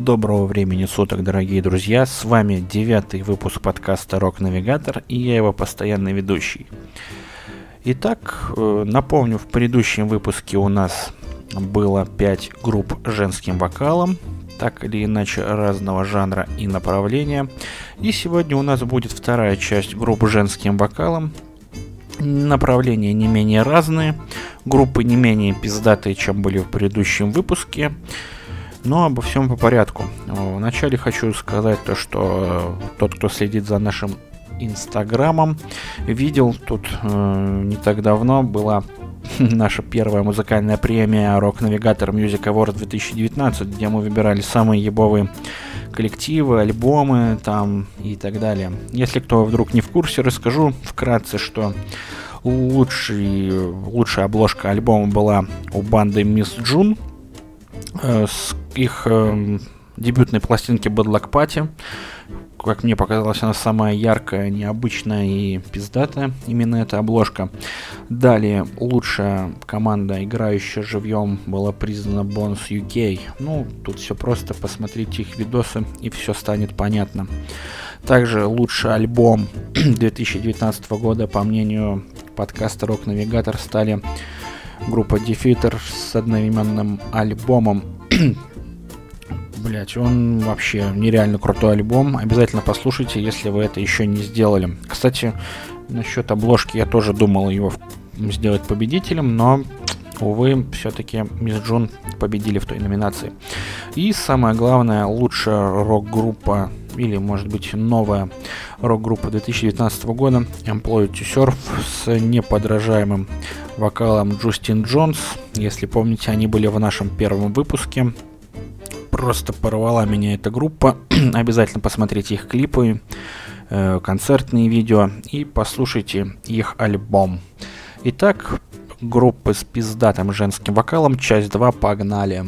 Доброго времени суток, дорогие друзья, с вами 9-й выпуск подкаста «Рок-навигатор» и я его постоянный ведущий. Итак, напомню, в предыдущем выпуске у нас было 5 групп с женским вокалом, так или иначе разного жанра и направления. И сегодня у нас будет вторая часть групп с женским вокалом. Направления не менее разные, группы не менее пиздатые, чем были в предыдущем выпуске. Но обо всем по порядку. Вначале хочу сказать то, что тот, кто следит за нашим инстаграмом, видел, тут не так давно была наша первая музыкальная премия Rock-Navigator Music Award 2019, где мы выбирали самые ебовые коллективы, альбомы там и так далее. Если кто вдруг не в курсе, расскажу вкратце, что лучшая обложка альбома была у банды Miss June с их дебютной пластинки Bad Luck Party. Как мне показалось, она самая яркая, необычная и пиздатая, именно эта обложка. Далее, лучшая команда, играющая живьем, была признана Bones UK. Ну, тут все просто, посмотрите их видосы, и все станет понятно. Также лучший альбом 2019 года, по мнению подкаста «Рок-навигатор», стали группа Defeater с одноименным альбомом. Блять, он вообще нереально крутой альбом. Обязательно послушайте, если вы это еще не сделали. Кстати, насчет обложки я тоже думал его сделать победителем, но, увы, все-таки Miss June победили в той номинации. И самое главное, лучшая рок-группа, или, может быть, новая рок-группа 2019 года, Employed to Surf, с неподражаемым вокалом Джустин Джонс. Если помните, они были в нашем первом выпуске. Просто порвала меня эта группа. Обязательно посмотрите их клипы, концертные видео и послушайте их альбом. Итак, группы с пиздатым женским вокалом, часть 2, погнали.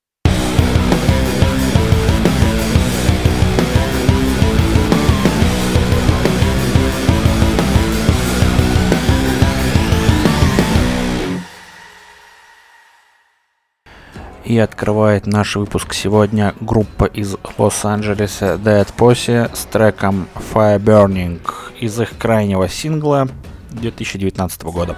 И открывает наш выпуск сегодня группа из Лос-Анджелеса Dead Posse с треком Fire Burning из их крайнего сингла 2019 года.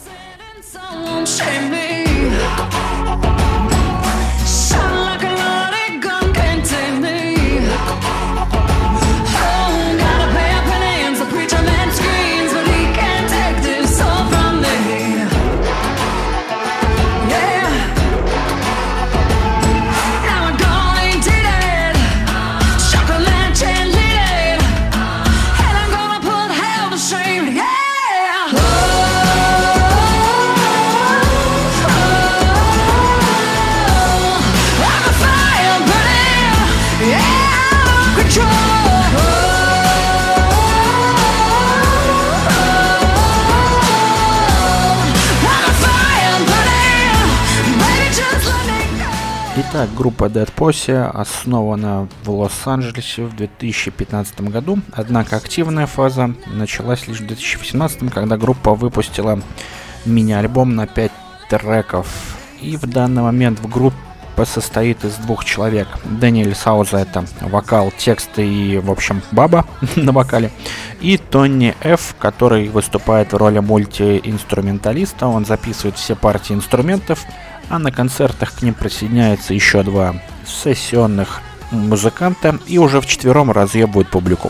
Итак, группа Dead Posse основана в Лос-Анджелесе в 2015 году, однако активная фаза началась лишь в 2018, когда группа выпустила мини-альбом на 5 треков. И в данный момент в группе состоит из 2 человек. Дэниэль Сауза — это вокал, тексты и, в общем, баба на вокале. И Тони Ф., который выступает в роли мультиинструменталиста. Он записывает все партии инструментов, а на концертах к ним присоединяется еще 2 сессионных музыканта и уже вчетвером разъебывают публику.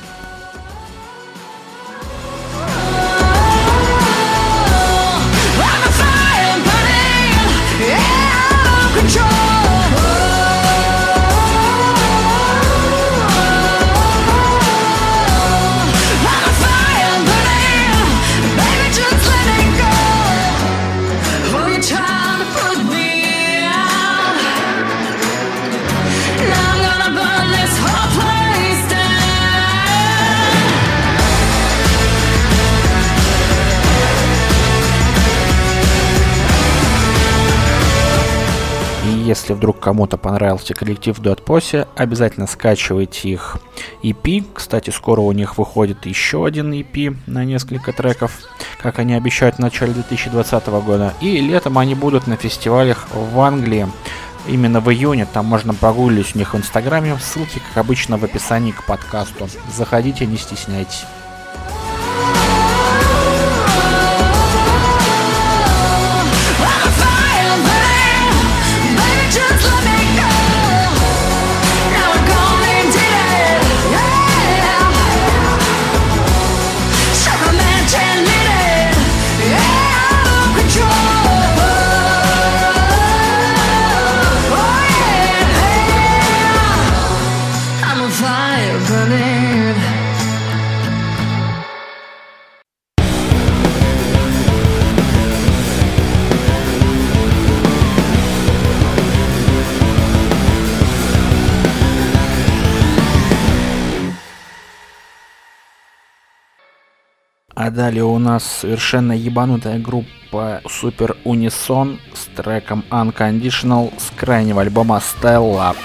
Если вдруг кому-то понравился коллектив Dead Posse, обязательно скачивайте их EP. Кстати, скоро у них выходит еще один EP на несколько треков, как они обещают в начале 2020 года. И летом они будут на фестивалях в Англии, именно в июне. Там можно прогуглить у них в Инстаграме. Ссылки, как обычно, в описании к подкасту. Заходите, не стесняйтесь. А далее у нас совершенно ебанутая группа Super Unison с треком Unconditional с крайнего альбома Style Up.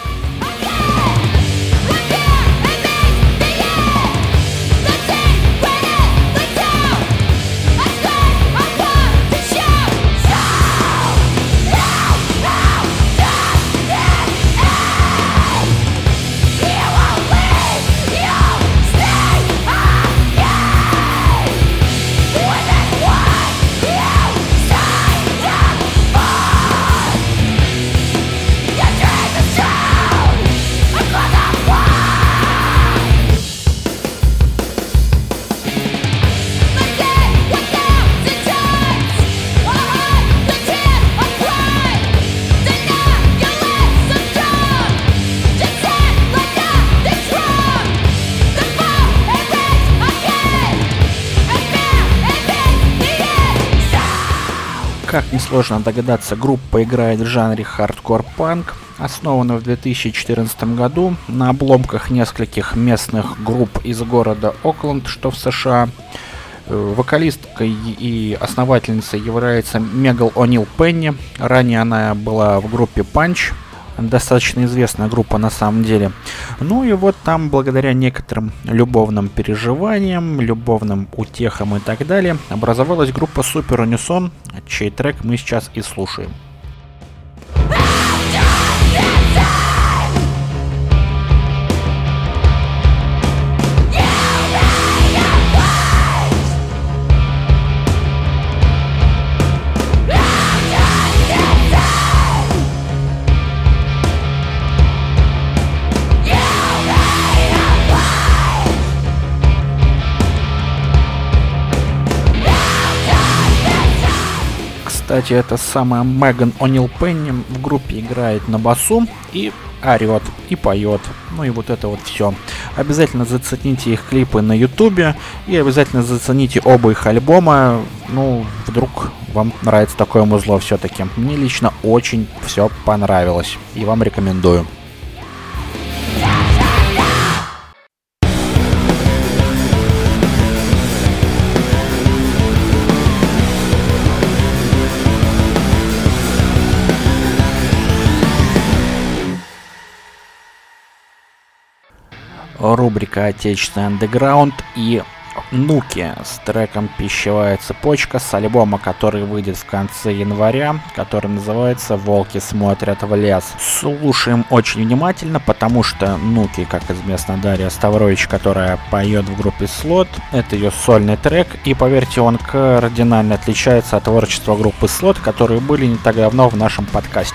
Как несложно догадаться, группа играет в жанре хардкор-панк, основана в 2014 году на обломках нескольких местных групп из города Окленд, что в США. Вокалисткой и основательницей является Мегал О'Нил Пенни. Ранее она была в группе Punch, достаточно известная группа на самом деле. Ну и вот там, благодаря некоторым любовным переживаниям, любовным утехам и так далее, образовалась группа Super Unison, чей трек мы сейчас и слушаем. Кстати, это самая Меган О'Нил Пенни в группе играет на басу и орет, и поет. Ну и вот это вот все. Обязательно зацените их клипы на ютубе и обязательно зацените оба их альбома. Ну, вдруг вам нравится такое музло все-таки. Мне лично очень все понравилось и вам рекомендую. Рубрика «Отечественный андеграунд» и Нуки с треком «Пищевая цепочка» с альбома, который выйдет в конце января, который называется «Волки смотрят в лес». Слушаем очень внимательно, потому что Нуки, как известно, Дарья Ставрович, которая поет в группе Слот, это ее сольный трек, и поверьте, он кардинально отличается от творчества группы Слот, которые были не так давно в нашем подкасте.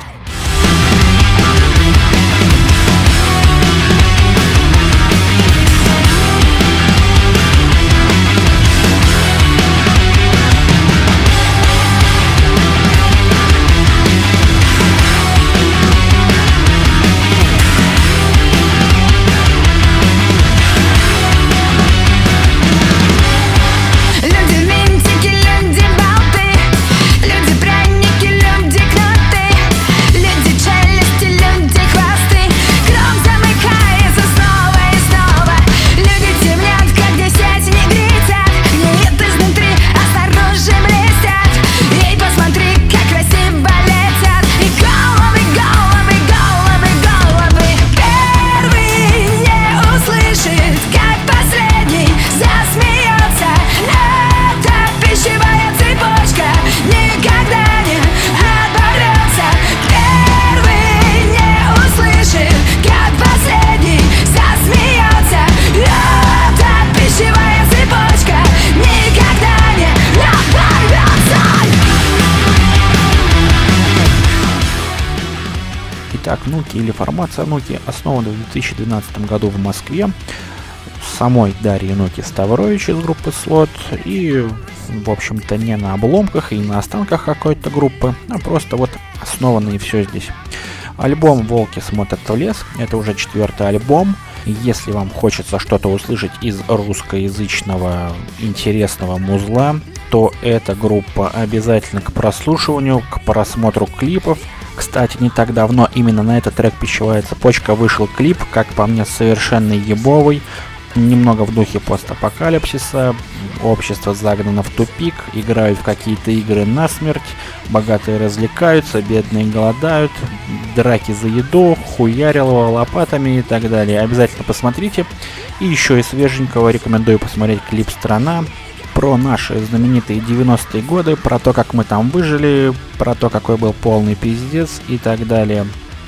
Люди винтики, люди болты, люди пряники, люди кнуты. Нуки или формация Нуки основана в 2012 году в Москве самой Дарьей Нуки Ставрович из группы Slot, и, в общем-то, не на обломках и на останках какой-то группы, а просто вот основано и все здесь. Альбом «Волки смотрят в лес» — это уже 4-й альбом. Если вам хочется что-то услышать из русскоязычного интересного музла, то эта группа обязательно к прослушиванию, к просмотру клипов. Кстати, не так давно именно на этот трек «Пищевая цепочка» вышел клип, как по мне, совершенно ебовый. Немного в духе постапокалипсиса, общество загнано в тупик, играют в какие-то игры насмерть, богатые развлекаются, бедные голодают, драки за еду, хуярилово лопатами и так далее. Обязательно посмотрите. И еще из свеженького рекомендую посмотреть клип «Страна», про наши знаменитые 90-е годы, про то, как мы там выжили, про то, какой был полный пиздец и так далее.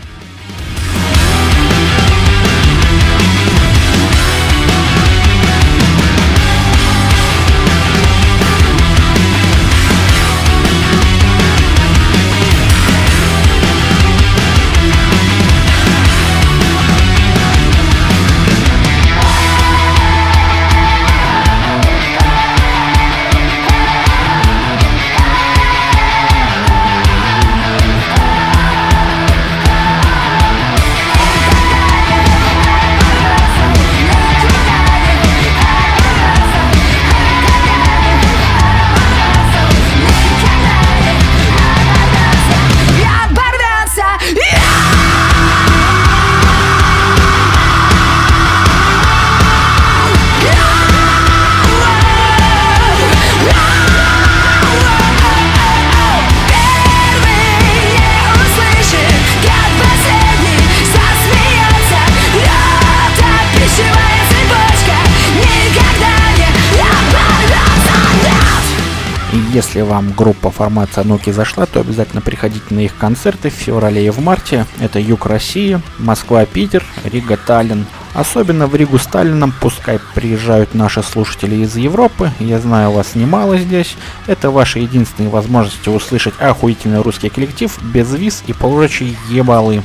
Если вам группа формация Нуки зашла, то обязательно приходите на их концерты в феврале и в марте. Это юг России, Москва, Питер, Рига, Таллин. Особенно в Ригу с Таллином пускай приезжают наши слушатели из Европы. Я знаю, вас немало здесь. Это ваши единственные возможности услышать охуительный русский коллектив без виз и прочей ебалы.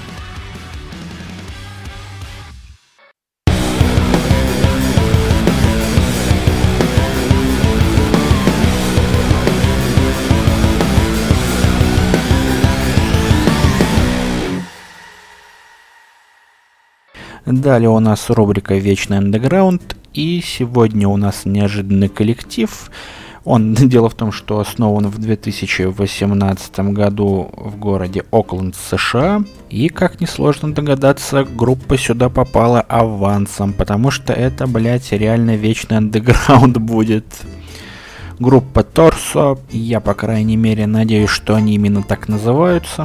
Далее у нас рубрика «Вечный андеграунд», и сегодня у нас неожиданный коллектив. Дело в том, что основан в 2018 году в городе Окленд, США. И, как несложно догадаться, группа сюда попала авансом, потому что это, блять, реально вечный андеграунд будет. Группа Torso, я, по крайней мере, надеюсь, что они именно так называются.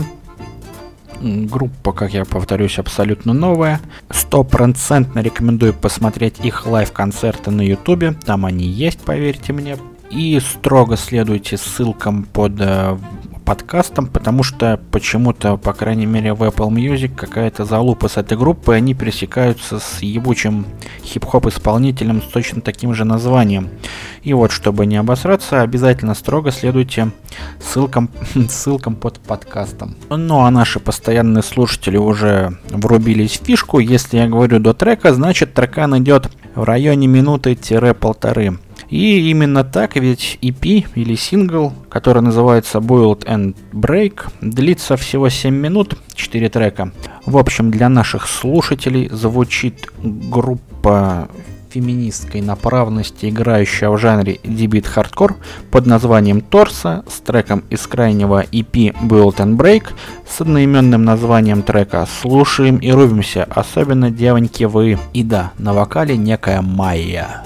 Группа, как я повторюсь, абсолютно новая. 100% рекомендую посмотреть их лайв-концерты на ютубе. Там они есть, поверьте мне. И строго следуйте ссылкам под подкастом, потому что почему-то, по крайней мере, в Apple Music какая-то залупа с этой группой. Они пересекаются с ебучим хип-хоп исполнителем с точно таким же названием. И вот, чтобы не обосраться, обязательно строго следуйте ссылкам под подкастом. Ну а наши постоянные слушатели уже врубились в фишку. Если я говорю до трека, значит трекан идет в районе минуты-полторы. И именно так, ведь EP или сингл, который называется Build and Break, длится всего 7 минут, 4 трека. В общем, для наших слушателей звучит группа феминистской направленности, играющая в жанре D-Beat Hardcore под названием Torso, с треком из крайнего EP Build and Break, с одноименным названием трека. Слушаем и рубимся, особенно девоньки вы. И да, на вокале некая Майя.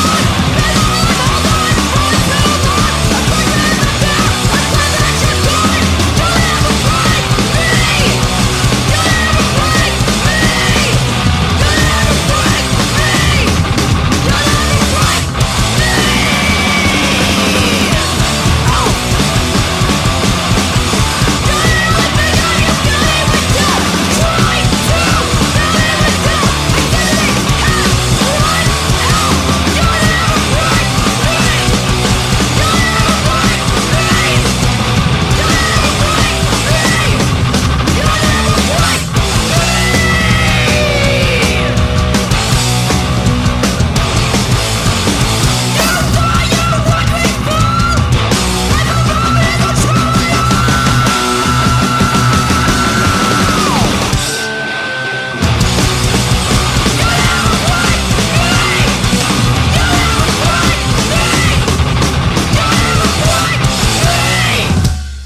Go!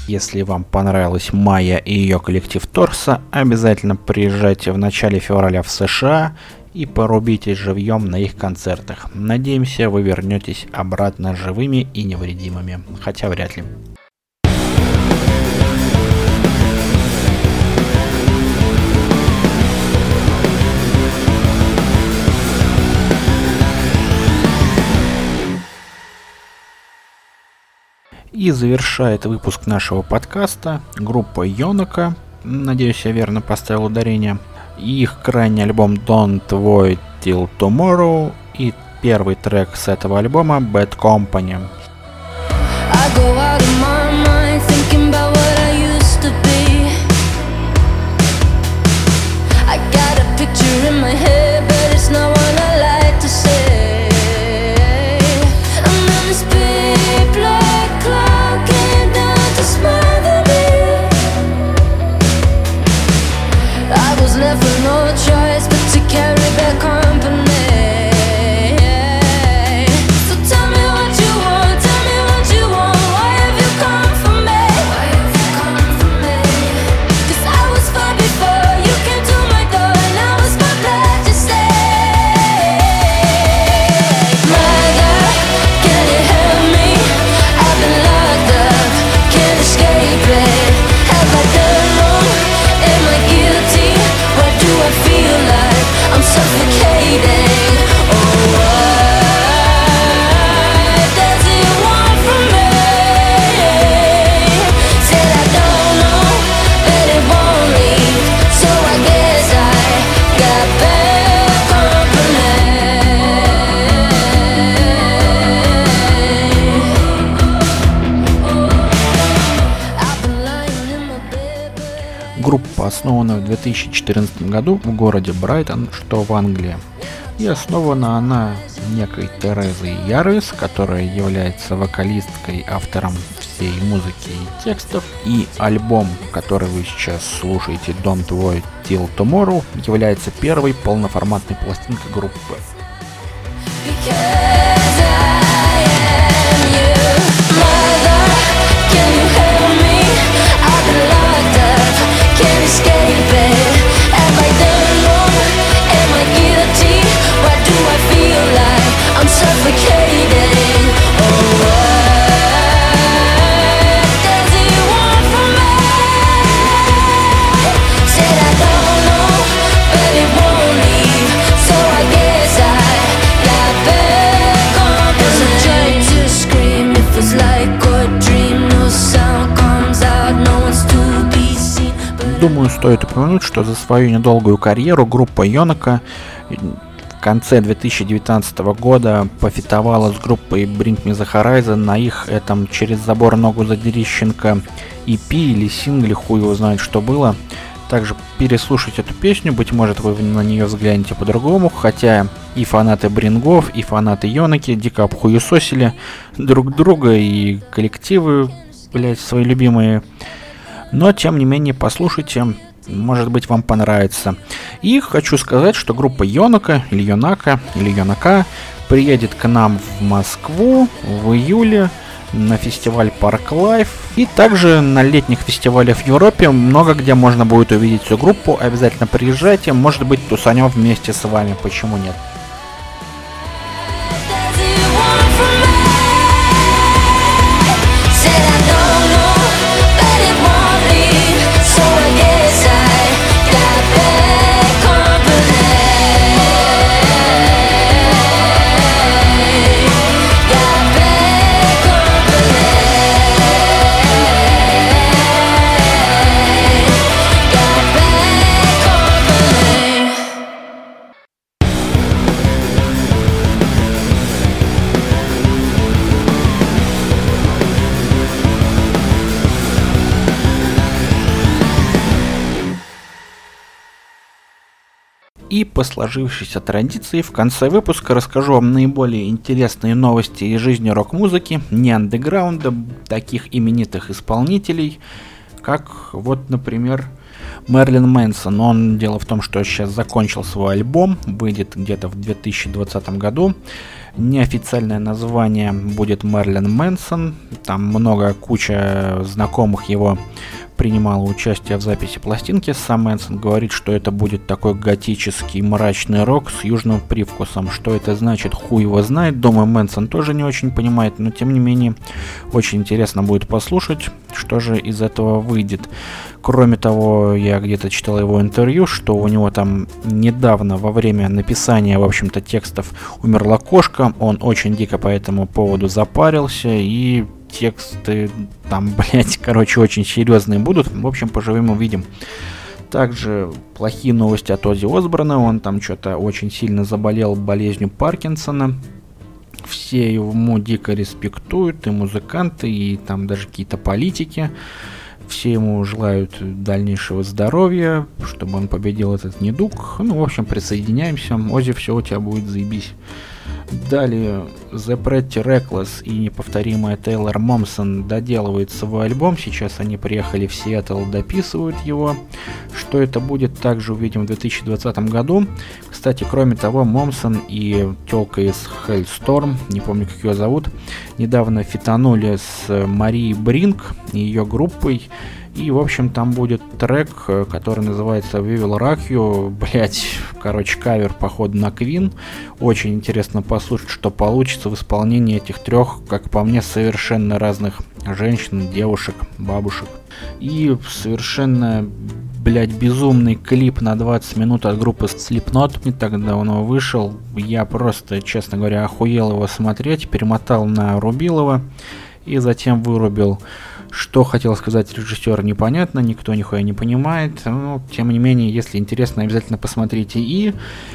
Если вам понравилась Майя и ее коллектив Торса, обязательно приезжайте в начале февраля в США и порубитесь живьем на их концертах. Надеемся, вы вернетесь обратно живыми и невредимыми, хотя вряд ли. И завершает выпуск нашего подкаста группа Йонака, надеюсь, я верно поставил ударение, и их крайний альбом Don't Wait Till Tomorrow и первый трек с этого альбома Bad Company. Группа основана в 2014 году в городе Брайтон, что в Англии. И основана она некой Терезой Ярвис, которая является вокалисткой, автором всей музыки и текстов. И альбом, который вы сейчас слушаете, Don't Wait Till Tomorrow, является первой полноформатной пластинкой группы. Думаю, стоит упомянуть, что за свою недолгую карьеру группа Йонака в конце 2019 года пофитовала с группой Bring Me The Horizon на их этом «Через забор ногу задерищенко» EP или сингле, хуй его знает, что было. Также переслушать эту песню, быть может, вы на нее взглянете по-другому, хотя и фанаты Брингов, и фанаты Йонаки дико обхуесосили друг друга и коллективы, блять, свои любимые. Но, тем не менее, послушайте, может быть, вам понравится. И хочу сказать, что группа Йонака, или Йонака, или Йонака приедет к нам в Москву в июле на фестиваль Парк Лайф. И также на летних фестивалях в Европе много где можно будет увидеть всю группу. Обязательно приезжайте, может быть, тусанем вместе с вами, почему нет. И по сложившейся традиции в конце выпуска расскажу вам наиболее интересные новости из жизни рок-музыки, не андеграунда, таких именитых исполнителей, как вот, например, Мерлин Мэнсон. Он, дело в том, что сейчас закончил свой альбом, выйдет где-то в 2020 году. Неофициальное название будет Мэрилин Мэнсон. Там куча знакомых его принимала участие в записи пластинки. Сам Мэнсон говорит, что это будет такой готический мрачный рок с южным привкусом. Что это значит, хуй его знает. Думаю, Мэнсон тоже не очень понимает, но тем не менее очень интересно будет послушать, что же из этого выйдет. Кроме того, я где-то читал его интервью, что у него там недавно во время написания, в общем-то, текстов умерла кошка. Он очень дико по этому поводу запарился, и тексты там, очень серьезные будут. В общем, поживем увидим. Также плохие новости от Оззи Осборна. Он там что-то очень сильно заболел болезнью Паркинсона. Все ему дико респектуют, и музыканты, и там даже какие-то политики. Все ему желают дальнейшего здоровья, чтобы он победил этот недуг. В общем, присоединяемся. Оззи, все у тебя будет заебись. Далее The Pretty Reckless и неповторимая Тейлор Момсон доделывает свой альбом. Сейчас они приехали в Сиэтл, дописывают его. Что это будет, также увидим в 2020 году. Кстати, кроме того, Момсон и тёлка из Hellstorm, не помню, как ее зовут, недавно фитанули с Марией Бринк и ее группой. И, в общем, там будет трек, который называется We Will Rock You. Кавер, походу, на Queen. Очень интересно послушать, что получится в исполнении этих трех, как по мне, совершенно разных женщин, девушек, бабушек. И совершенно, безумный клип на 20 минут от группы Slipknot не так давно вышел. Я просто, честно говоря, охуел его смотреть, перемотал на Рубилова и затем вырубил. Что хотел сказать режиссер, непонятно, никто нихуя не понимает. Но, тем не менее, если интересно, обязательно посмотрите. И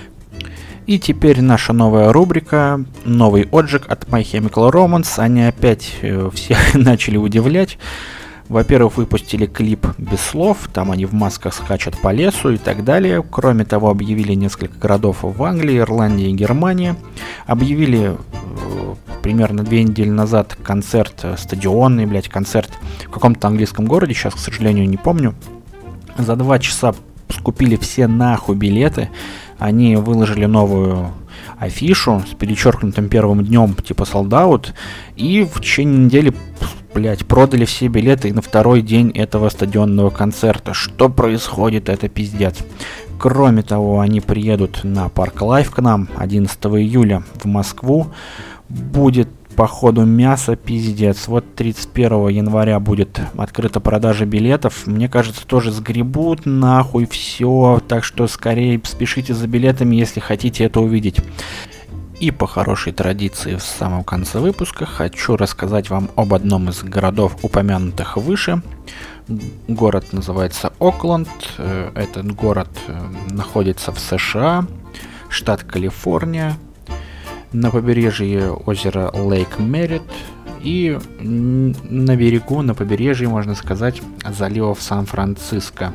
теперь наша новая рубрика, новый отжиг от My Chemical Romance. Они опять всех начали удивлять. Во-первых, выпустили клип без слов, там они в масках скачут по лесу и так далее. Кроме того, объявили несколько городов в Англии, Ирландии и Германии. Объявили примерно 2 недели назад концерт стадионный, концерт в каком-то английском городе, сейчас, к сожалению, не помню. За 2 часа скупили все нахуй билеты. Они выложили новую афишу с перечеркнутым первым днем, типа sold out, и в течение недели продали все билеты и на второй день этого стадионного концерта. Что происходит? Это пиздец. Кроме того, они приедут на Парк Лайф к нам 11 июля в Москву. Будет, походу, мясо пиздец. Вот 31 января будет открыта продажа билетов. Мне кажется, тоже сгребут нахуй все. Так что скорее спешите за билетами, если хотите это увидеть. И по хорошей традиции в самом конце выпуска хочу рассказать вам об одном из городов, упомянутых выше. Город называется Окленд. Этот город находится в США, штат Калифорния, на побережье озера Лейк Мерритт и на побережье, можно сказать, заливов Сан-Франциско.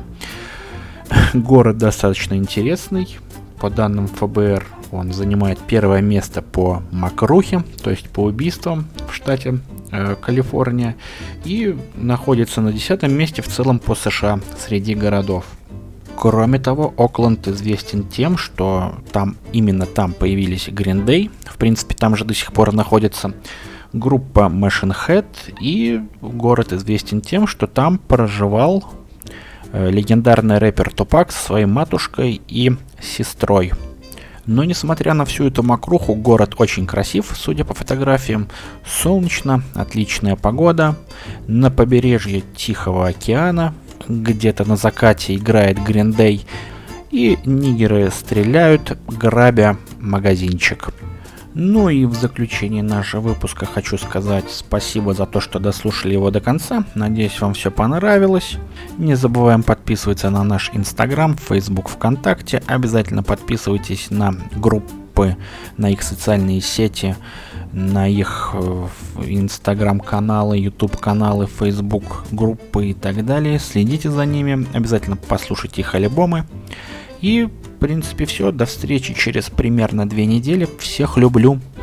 Город достаточно интересный. По данным ФБР, он занимает первое место по мокрухе, то есть по убийствам в штате Калифорния, и находится на 10-м месте в целом по США среди городов. Кроме того, Окленд известен тем, что именно там появились Green Day, в принципе, там же до сих пор находится группа Machine Head, и город известен тем, что там проживал легендарный рэпер Тупак со своей матушкой и сестрой. Но несмотря на всю эту мокруху, город очень красив, судя по фотографиям. Солнечно, отличная погода. На побережье Тихого океана, где-то на закате играет Green Day. И нигеры стреляют, грабя магазинчик. Ну и в заключение нашего выпуска хочу сказать спасибо за то, что дослушали его до конца. Надеюсь, вам все понравилось. Не забываем подписываться на наш Инстаграм, Фейсбук, ВКонтакте. Обязательно подписывайтесь на группы, на их социальные сети, на их Инстаграм-каналы, Ютуб-каналы, Фейсбук, группы и так далее. Следите за ними. Обязательно послушайте их альбомы. И, в принципе, все. До встречи через примерно 2 недели. Всех люблю.